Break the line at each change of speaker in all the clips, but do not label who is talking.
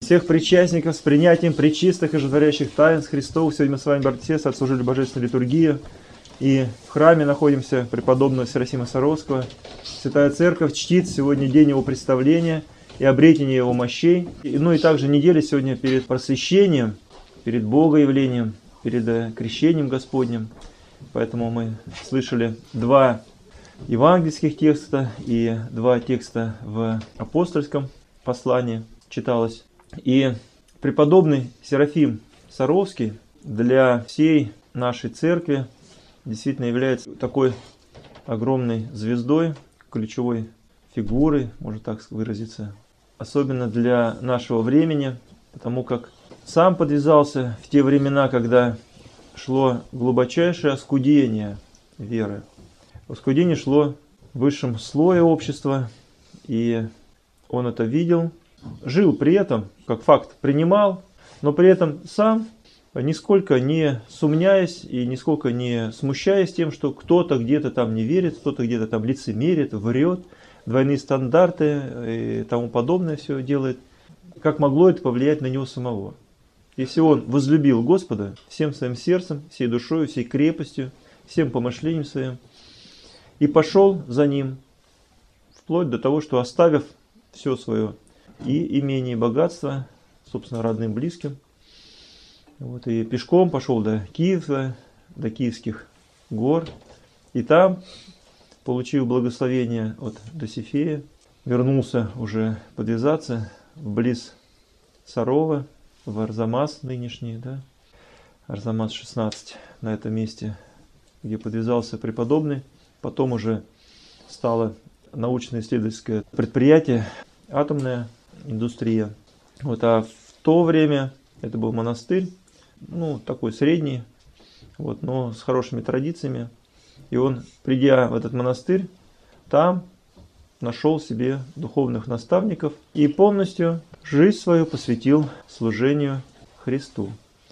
всех причастников с принятием пречистых и животворящих тайн с Христов. Сегодня мы с вами, братья и сестры, отслужили Божественную литургию. И в храме находимся преподобного Серафима Саровского. Святая Церковь чтит сегодня день его представления и обретения его мощей. Ну и также неделя сегодня перед просвещением, перед Богоявлением, перед крещением Господним. Поэтому мы слышали два евангельских текста и два текста в апостольском послании читалось. И преподобный Серафим Саровский для всей нашей церкви действительно является такой огромной звездой, ключевой фигурой, можно так выразиться, особенно для нашего времени, потому как сам подвязался в те времена, когда шло глубочайшее оскудение веры. Оскудение шло в высшем слое общества, и он это видел, жил при этом, как факт принимал, но при этом сам, нисколько не сумняясь и нисколько не смущаясь тем, что кто-то где-то там не верит, кто-то где-то там лицемерит, врет, двойные стандарты и тому подобное все делает, как могло это повлиять на него самого. Если он возлюбил Господа всем своим сердцем, всей душой, всей крепостью, всем помышлением своим, и пошел за ним, вплоть до того, что оставив все свое и имение, и богатство, собственно, родным, близким, вот, и пешком пошел до Киева, до Киевских гор, и там, получив благословение от Досифея, вернулся уже подвязаться вблиз Сарова, в Арзамас нынешний, да, Арзамас 16, на этом месте, где подвязался преподобный. Потом уже стало научно-исследовательское предприятие, атомная индустрия. Вот, а в то время это был монастырь, ну, такой средний, вот, но с хорошими традициями. И он, придя в этот монастырь, там нашел себе духовных наставников и полностью жизнь свою посвятил служению Христу.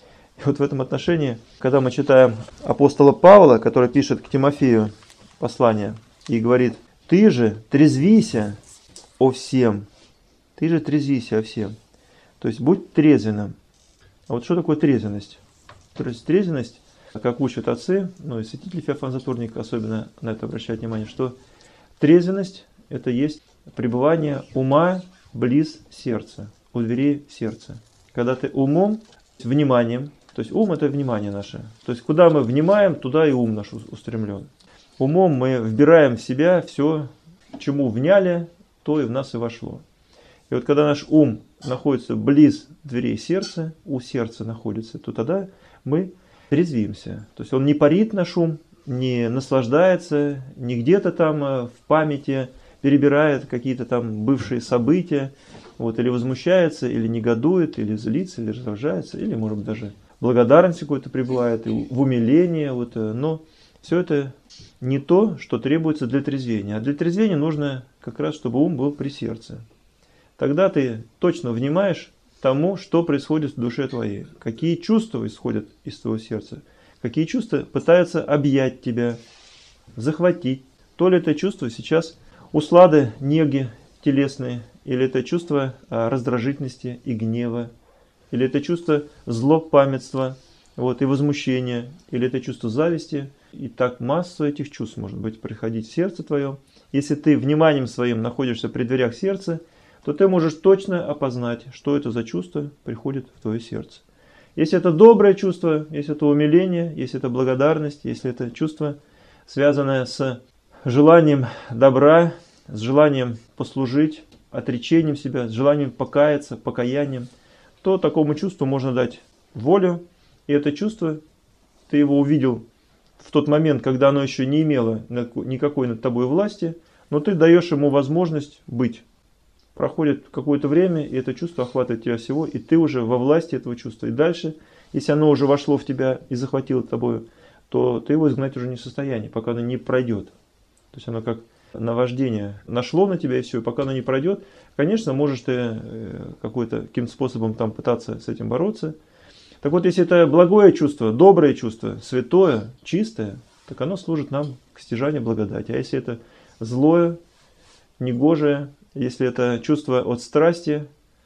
И вот в этом отношении, когда мы читаем апостола Павла, который пишет к Тимофею послание и говорит: «Ты же трезвися о всем». Ты же трезвися о всем. То есть будь трезвенным. А вот что такое трезвенность? То есть трезвенность, как учат отцы, ну и святитель Феофан Затворник особенно на это обращает внимание, что трезвенность — это есть пребывание ума близ сердца, у дверей сердца. Когда ты умом, вниманием, то есть ум — это внимание наше. То есть куда мы внимаем, туда и ум наш устремлен. Умом мы вбираем в себя все, чему вняли, то и в нас и вошло. И вот когда наш ум находится близ дверей сердца, у сердца находится, то тогда мы трезвимся. То есть он не парит наш ум, не наслаждается, не где-то там в памяти перебирает какие-то там бывшие события, вот, или возмущается, или негодует, или злится, или раздражается, или, может быть, даже благодарность какой-то пребывает, и в умилении, вот, но все это не то, что требуется для трезвения. А для трезвения нужно как раз, чтобы ум был при сердце. Тогда ты точно внимаешь тому, что происходит в душе твоей, какие чувства исходят из твоего сердца, какие чувства пытаются объять тебя, захватить. То ли это чувство сейчас услады, неги телесные, или это чувство раздражительности и гнева, или это чувство злопамятства, вот, и возмущения, или это чувство зависти. И так массу этих чувств может быть приходить в сердце твое. Если ты вниманием своим находишься при дверях сердца, то ты можешь точно опознать, что это за чувство приходит в твое сердце. Если это доброе чувство, если это умиление, если это благодарность, если это чувство, связанное с желанием добра, с желанием послужить, отречением себя, с желанием покаяться, покаянием, то такому чувству можно дать волю. И это чувство, ты его увидел в тот момент, когда оно еще не имело никакой над тобой власти, но ты даешь ему возможность быть. Проходит какое-то время, и это чувство охватывает тебя всего, и ты уже во власти этого чувства. И дальше, если оно уже вошло в тебя и захватило тобой, то ты его изгнать уже не в состоянии, пока оно не пройдет. То есть оно как наваждение нашло на тебя, и все, и пока оно не пройдет, конечно, можешь ты каким-то способом там пытаться с этим бороться. Так вот, если это благое чувство, доброе чувство, святое, чистое, так оно служит нам к стяжанию благодати. А если это злое, негожее, если это чувство от страсти,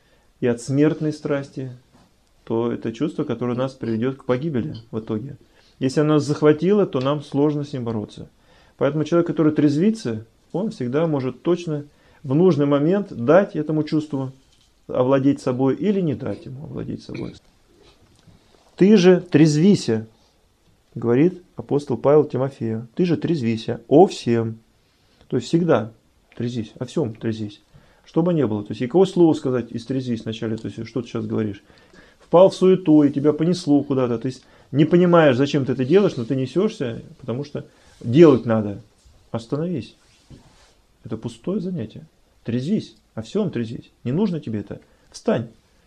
и от смертной страсти, то это чувство, которое нас приведет к погибели в итоге. Если оно нас захватило, то нам сложно с ним бороться. Поэтому человек, который трезвится, он всегда может точно в нужный момент дать этому чувству овладеть собой или не дать ему овладеть собой. «Ты же трезвися», говорит апостол Павел Тимофею. «Ты же трезвися о всем». То есть всегда трезвись, о всем трезвись. Что бы ни было. То есть и кого слово сказать из трезвись вначале, то есть что ты сейчас говоришь. Впал в суету, и тебя понесло куда-то. То есть не понимаешь, зачем ты это делаешь, но ты несешься, потому что делать надо. Остановись. Это пустое занятие. Трезвись, о всем трезвись. Не нужно тебе это. Встань.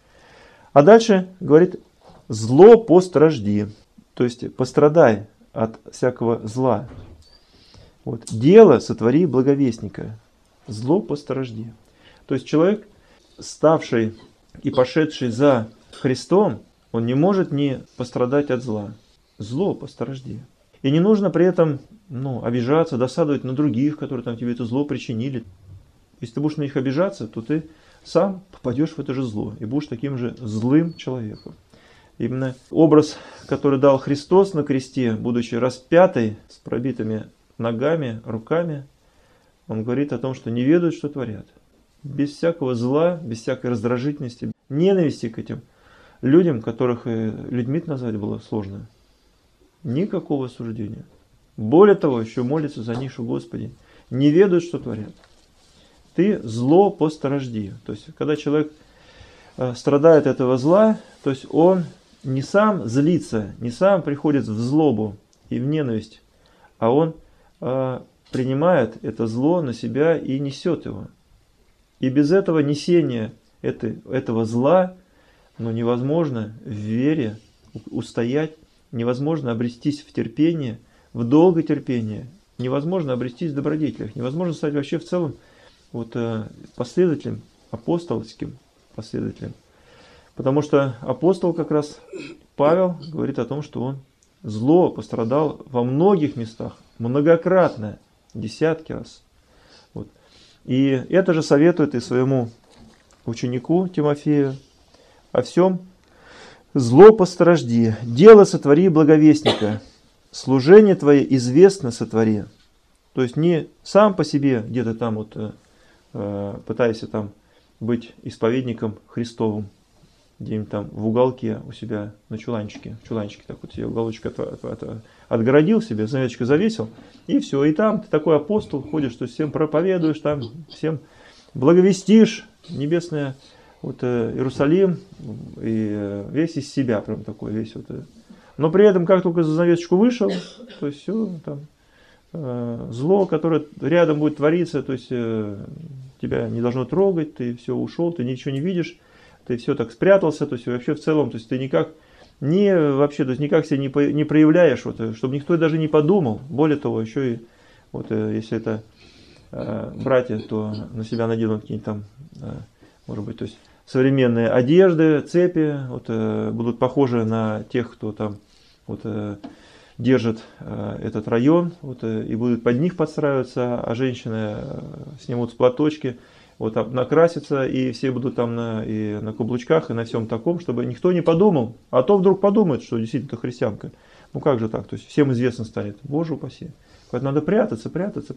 А дальше говорит: зло постражди. То есть пострадай от всякого зла. Вот. Дело сотвори благовестника. Зло постражди. То есть человек, ставший и пошедший за Христом, он не может не пострадать от зла. Зло постражди. И не нужно при этом обижаться, досадовать на других, которые там тебе это зло причинили. Если ты будешь на них обижаться, то ты сам попадешь в это же зло и будешь таким же злым человеком. Именно образ, который дал Христос на кресте, будучи распятый, с пробитыми ногами, руками, он говорит о том, что не ведают, что творят. Без всякого зла, без всякой раздражительности, ненависти к этим людям, которых людьми назвать было сложно. Никакого осуждения. Более того, еще молится за них, что Господи, не ведают, что творят. Ты зло постражди. То есть, когда человек страдает от этого зла, то есть он не сам злится, не сам приходит в злобу и в ненависть, а он принимает это зло на себя и несет его. И без этого несения этого зла невозможно в вере устоять, невозможно обрестись в терпении, в долготерпении, невозможно обрестись в добродетелях, невозможно стать вообще в целом последователем, апостольским последователем. Потому что апостол как раз Павел говорит о том, что он зло пострадал во многих местах, многократно, десятки раз. Вот. И это же советует и своему ученику Тимофею: о всем зло постражди, дело сотвори благовестника, служение твое известно сотвори. То есть не сам по себе где-то там пытайся там быть исповедником Христовым, где-нибудь там в уголке у себя на чуланчике так вот себе уголочек отгородил себе, занавесочку завесил, и все, и там ты такой апостол, ходишь, что всем проповедуешь, там всем благовестишь небесное Иерусалим, и весь из себя прям такой, весь но при этом, как только за занавесочку вышел, то есть все, там зло, которое рядом будет твориться, то есть тебя не должно трогать, ты все ушел, ты ничего не видишь, ты все так спрятался, то есть вообще в целом, то есть ты никак никак себя не проявляешь, чтобы никто даже не подумал. Более того, еще и если это братья, то на себя наденут какие-нибудь там, может быть, то есть современные одежды, цепи, будут похожи на тех, кто там держит этот район, и будут под них подстраиваться, а женщины снимут с платочки, накрасятся, и все будут там и на каблучках, и на всем таком, чтобы никто не подумал, а то вдруг подумает, что действительно это христианка. Ну как же так, то есть всем известно станет, Боже упаси. Поэтому надо прятаться.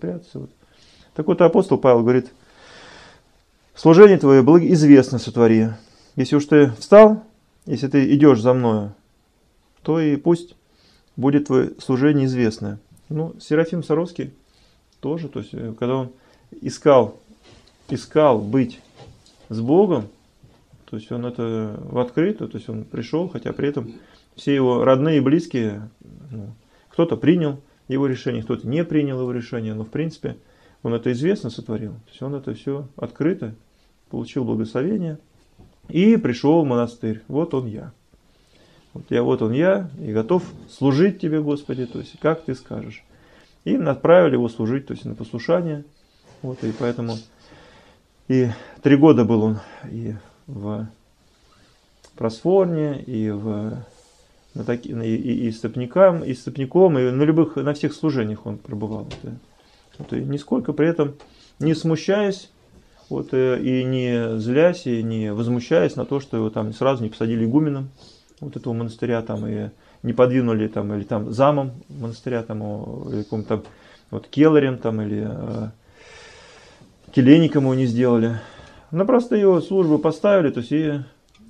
Так вот апостол Павел говорит: служение твое известно сотвори. Если уж ты встал, если ты идешь за мною, то и пусть будет твое служение известное. Серафим Саровский тоже, то есть когда он искал быть с Богом, то есть он это в открытую, то есть он пришел, хотя при этом все его родные и близкие, кто-то принял его решение, кто-то не принял его решение, но в принципе он это известно сотворил, то есть он это все открыто, получил благословение и пришел в монастырь. Вот он я. Вот он я, и готов служить тебе, Господи, то есть как ты скажешь. И отправили его служить, то есть на послушание. И поэтому и 3 года был он и в Просфорне, и стопником, и на всех служениях он пребывал. И нисколько при этом не смущаясь, Вот, и не злясь, и не возмущаясь на то, что его там сразу не посадили игуменом вот этого монастыря, там, и не подвинули там, или там замом монастыря, там, или каким-то там, вот, келарем, там, или келейником его не сделали. Но просто его службу поставили, то есть и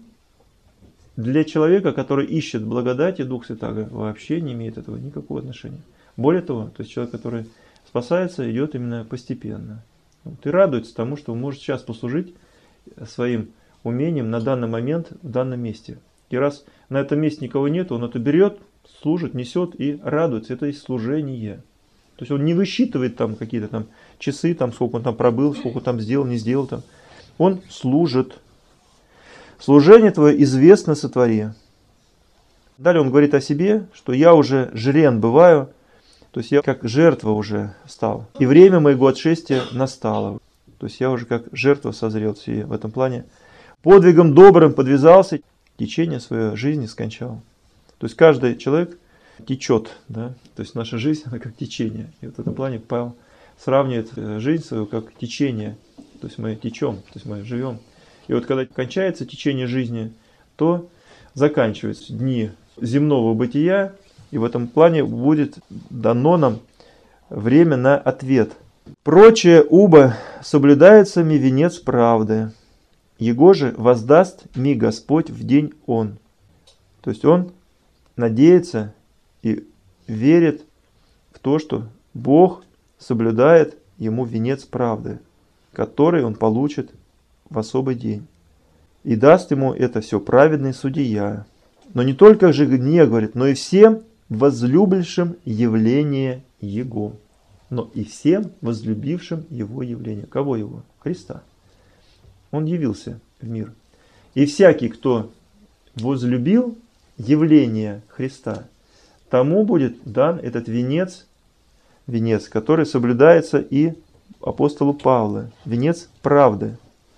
для человека, который ищет благодати, Дух Святаго вообще не имеет этого никакого отношения. Более того, то есть человек, который спасается, идет именно постепенно. Вот, и радуется тому, что он может сейчас послужить своим умением на данный момент в данном месте. И раз на этом месте никого нет, он это берет, служит, несет и радуется. Это и служение. То есть он не высчитывает там какие-то там часы, там, сколько он там пробыл, сколько он там сделал, не сделал. Там. Он служит. Служение твое известно сотвори. Далее он говорит о себе, что я уже жрен бываю, то есть я как жертва уже стал. И время моего отшествия настало. То есть я уже как жертва созрел в этом плане. Подвигом добрым подвязался, течение своей жизни скончал. То есть каждый человек течет, да? То есть наша жизнь, она как течение. И вот в этом плане Павел сравнивает жизнь свою как течение. То есть мы течем, то есть мы живем. И вот когда кончается течение жизни, то заканчиваются дни земного бытия, и в этом плане будет дано нам время на ответ. Прочее убо соблюдается ми венец правды, его же воздаст ми Господь в день он. То есть он надеется и верит в то, что Бог соблюдает ему венец правды, который он получит в особый день. И даст ему это все праведный судья. Но не только же мне, говорит, но и всем возлюбившим явление Его. Но и всем возлюбившим Его явление. Кого Его? Христа. Он явился в мир. И всякий, кто возлюбил явление Христа, тому будет дан этот венец, который соблюдается и апостолу Павла. Венец правды.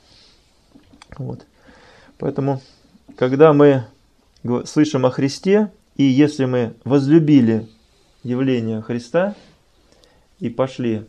Вот. Поэтому, когда мы слышим о Христе, и если мы возлюбили явление Христа и пошли,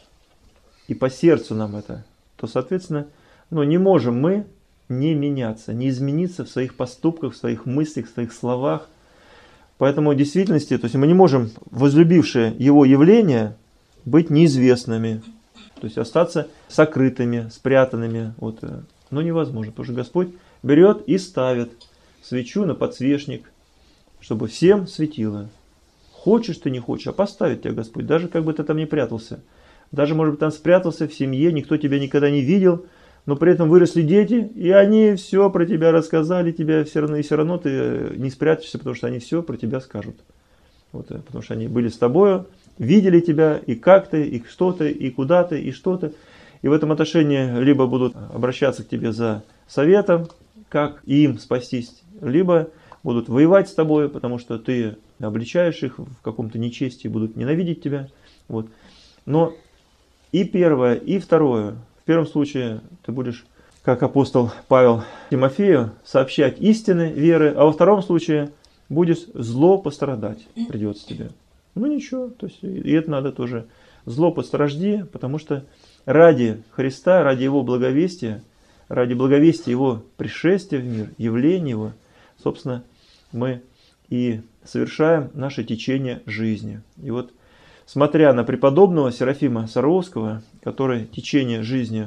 и по сердцу нам это, то, соответственно, не можем мы не меняться, не измениться в своих поступках, в своих мыслях, в своих словах. Поэтому в действительности, то есть мы не можем, возлюбившие Его явление, быть неизвестными, то есть остаться сокрытыми, спрятанными. Вот. Но невозможно, потому что Господь берет и ставит свечу на подсвечник, чтобы всем светило. Хочешь ты, не хочешь, а поставит тебя Господь, даже как бы ты там не прятался. Даже, может быть, там спрятался в семье, никто тебя никогда не видел, но при этом выросли дети, и они все про тебя рассказали, тебя все равно, и все равно ты не спрячешься, потому что они все про тебя скажут. Вот, потому что они были с тобою, видели тебя, и как ты, и что ты, и куда ты, и что ты. И в этом отношении либо будут обращаться к тебе за советом, как им спастись, либо будут воевать с тобой, потому что ты обличаешь их в каком-то нечестии, будут ненавидеть тебя. Вот. Но и первое, и второе. В первом случае ты будешь, как апостол Павел Тимофею, сообщать истины веры, а во втором случае будешь зло пострадать, придется тебе. Ну ничего, то есть, и это надо тоже. Зло постражди, потому что ради Христа, ради Его благовестия, ради благовестия Его пришествия в мир, явления Его, собственно, мы и совершаем наше течение жизни. И вот, смотря на преподобного Серафима Саровского, который течение жизни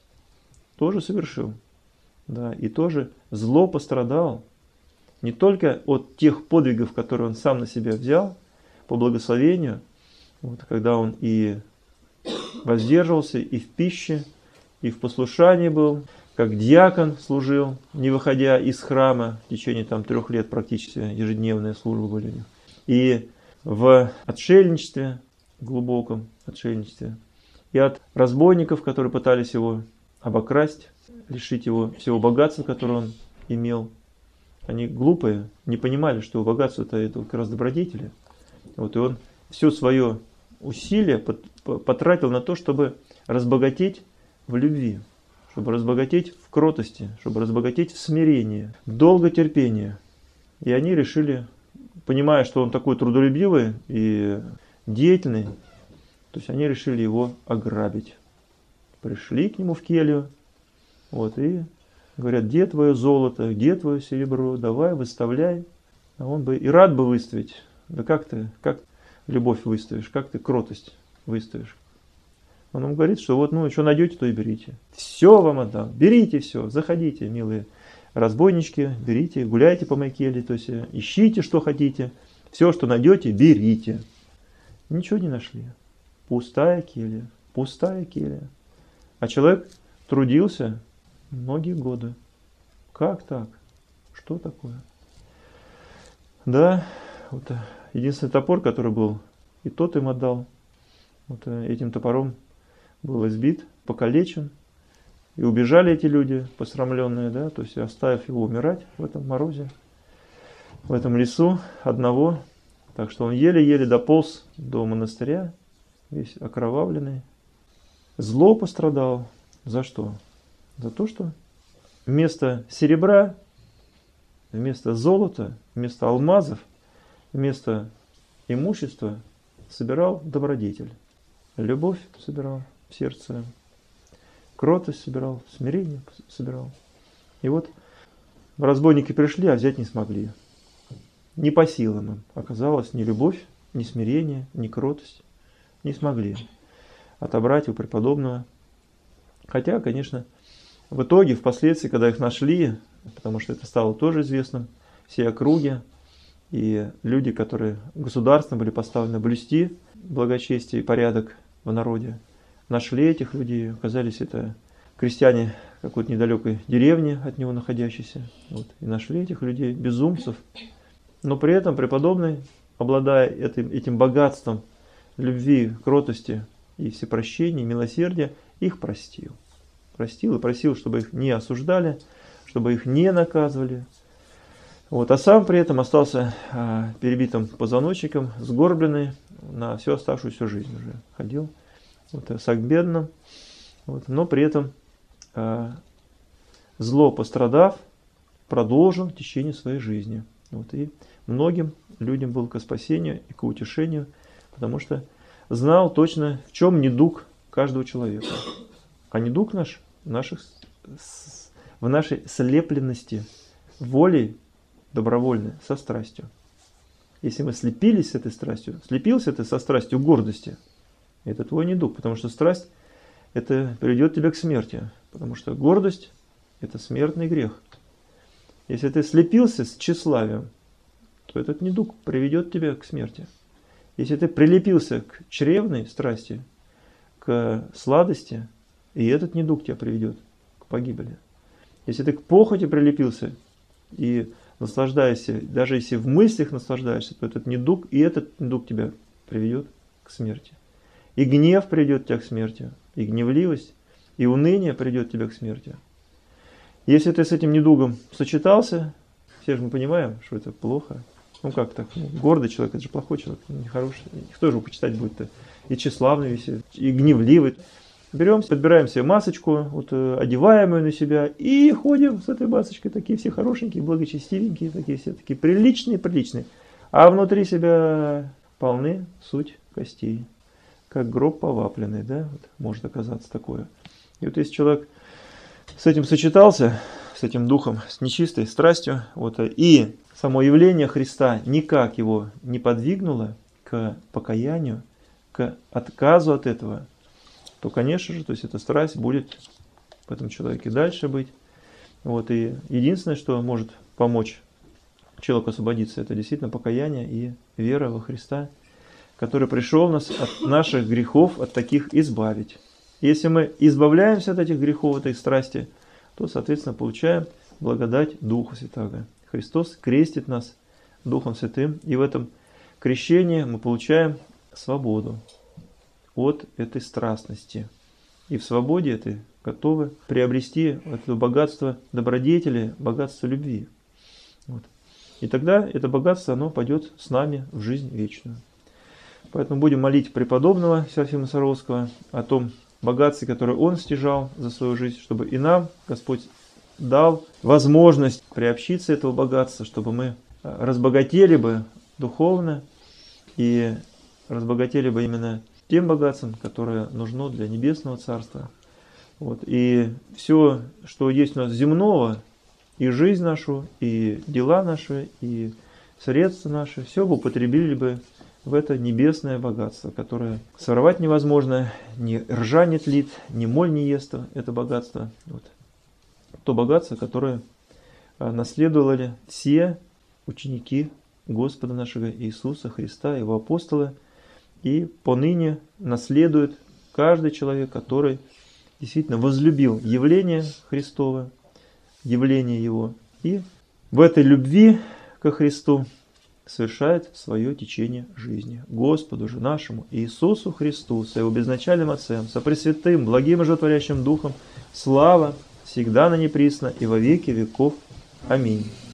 тоже совершил, да, и тоже зло пострадал, не только от тех подвигов, которые он сам на себя взял, по благословению, вот, когда он и воздерживался и в пище, и в послушании был, как диакон служил, не выходя из храма, в течение 3 лет практически ежедневные службы были у них. И в отшельничестве, глубоком отшельничестве, и от разбойников, которые пытались его обокрасть, лишить его всего богатства, которое он имел. Они глупые, не понимали, что богатство это как раз добродетели. Вот, и он все свое усилие потратил на то, чтобы разбогатеть в любви, чтобы разбогатеть в кротости, чтобы разбогатеть в смирении, в долготерпении. И они решили, понимая, что он такой трудолюбивый и деятельный, то есть они решили его ограбить. пришли к нему в келью, вот, и говорят: где твое золото, где твое серебро, давай, выставляй. А он бы и рад бы выставить. Да как любовь выставишь, как ты кротость выставишь? Он им говорит, что вот, что найдете, то и берите. Все вам отдам, берите все, заходите, милые разбойнички, берите, гуляйте по моей келье, то есть ищите, что хотите, все, что найдете, берите. Ничего не нашли. Пустая келья, пустая келья. А человек трудился многие годы. Как так? Что такое? Да, вот единственный топор, который был, и тот им отдал. Вот этим топором был избит, покалечен. И убежали эти люди, посрамленные, да, то есть оставив его умирать в этом морозе, в этом лесу одного. Так что он еле-еле дополз до монастыря, весь окровавленный. Зло пострадал. За что? За то, что вместо серебра, вместо золота, вместо алмазов, вместо имущества собирал добродетель. Любовь собирал в сердце, кротость собирал, смирение собирал. И вот разбойники пришли, а взять не смогли. Не по силам им оказалось ни любовь, ни смирение, ни кротость. Не смогли отобрать у преподобного. Хотя, конечно, в итоге, впоследствии, когда их нашли, потому что это стало тоже известным всей округе, и люди, которые государством были поставлены блюсти благочестие и порядок в народе, нашли этих людей, оказались это крестьяне какой-то недалекой деревни от него находящейся, вот, и нашли этих людей, безумцев. Но при этом преподобный, обладая этим богатством любви, кротости и всепрощения, милосердия, их простил. Простил и просил, чтобы их не осуждали, чтобы их не наказывали. Вот, а сам при этом остался перебитым позвоночником, сгорбленный на всю оставшуюся жизнь уже. Ходил сагбедно, вот, но при этом зло пострадав, продолжил в течение своей жизни. Вот, и многим людям был ко спасению и к утешению, потому что знал точно, в чем недуг каждого человека. А недуг наш в нашей слепленности волей добровольной, со страстью. Если мы слепились с этой страстью, слепился ты со страстью гордости, это твой недуг, потому что страсть это приведет тебя к смерти, потому что гордость это смертный грех. Если ты слепился с тщеславием, то этот недуг приведет тебя к смерти. Если ты прилепился к чревной страсти, к сладости, и этот недуг тебя приведет к погибели. Если ты к похоти прилепился и наслаждаешься, даже если в мыслях наслаждаешься, то этот недуг тебя приведет к смерти. И гнев приведет тебя к смерти, и гневливость, и уныние приведет тебя к смерти. Если ты с этим недугом сочетался, все же мы понимаем, что это плохо. Ну как так? Гордый человек, это же плохой человек, нехороший. Кто же его почитать будет-то? И тщеславный, и гневливый. Подбираем себе масочку, вот, одеваем ее на себя и ходим с этой масочкой, такие все хорошенькие, благочестивенькие, такие все такие приличные. А внутри себя полны суть костей, как гроб повапленный, да, вот, может оказаться такое. И вот если человек с этим сочетался, с этим духом, с нечистой страстью, вот, и само явление Христа никак его не подвигнуло к покаянию, к отказу от этого, то, конечно же, то есть эта страсть будет в этом человеке дальше быть. Вот, и единственное, что может помочь человеку освободиться, это действительно покаяние и вера во Христа, который пришел нас от наших грехов, от таких избавить. Если мы избавляемся от этих грехов, этой страсти, то, соответственно, получаем благодать Духа Святаго. Христос крестит нас Духом Святым, и в этом крещении мы получаем свободу от этой страстности. И в свободе этой готовы приобрести это богатство добродетели, богатство любви. Вот. И тогда это богатство, оно пойдет с нами в жизнь вечную. Поэтому будем молить преподобного Серафима Саровского о том богатстве, которое он стяжал за свою жизнь, чтобы и нам Господь дал возможность приобщиться этого богатства, чтобы мы разбогатели бы духовно и разбогатели бы именно тем богатством, которое нужно для Небесного Царства. Вот. И все, что есть у нас земного, и жизнь нашу, и дела наши, и средства наши, все бы употребили бы в это небесное богатство, которое сорвать невозможно, ни ржа не тлит, ни моль не ест это богатство. Вот. То богатство, которое наследовали все ученики Господа нашего Иисуса Христа, Его апостолы, и поныне наследует каждый человек, который действительно возлюбил явление Христово, явление Его, и в этой любви ко Христу совершает свое течение жизни. Господу же нашему Иисусу Христу, с Его безначальным Отцем, со Пресвятым, благим и животворящим Духом, слава всегда на неприсно и во веки веков. Аминь.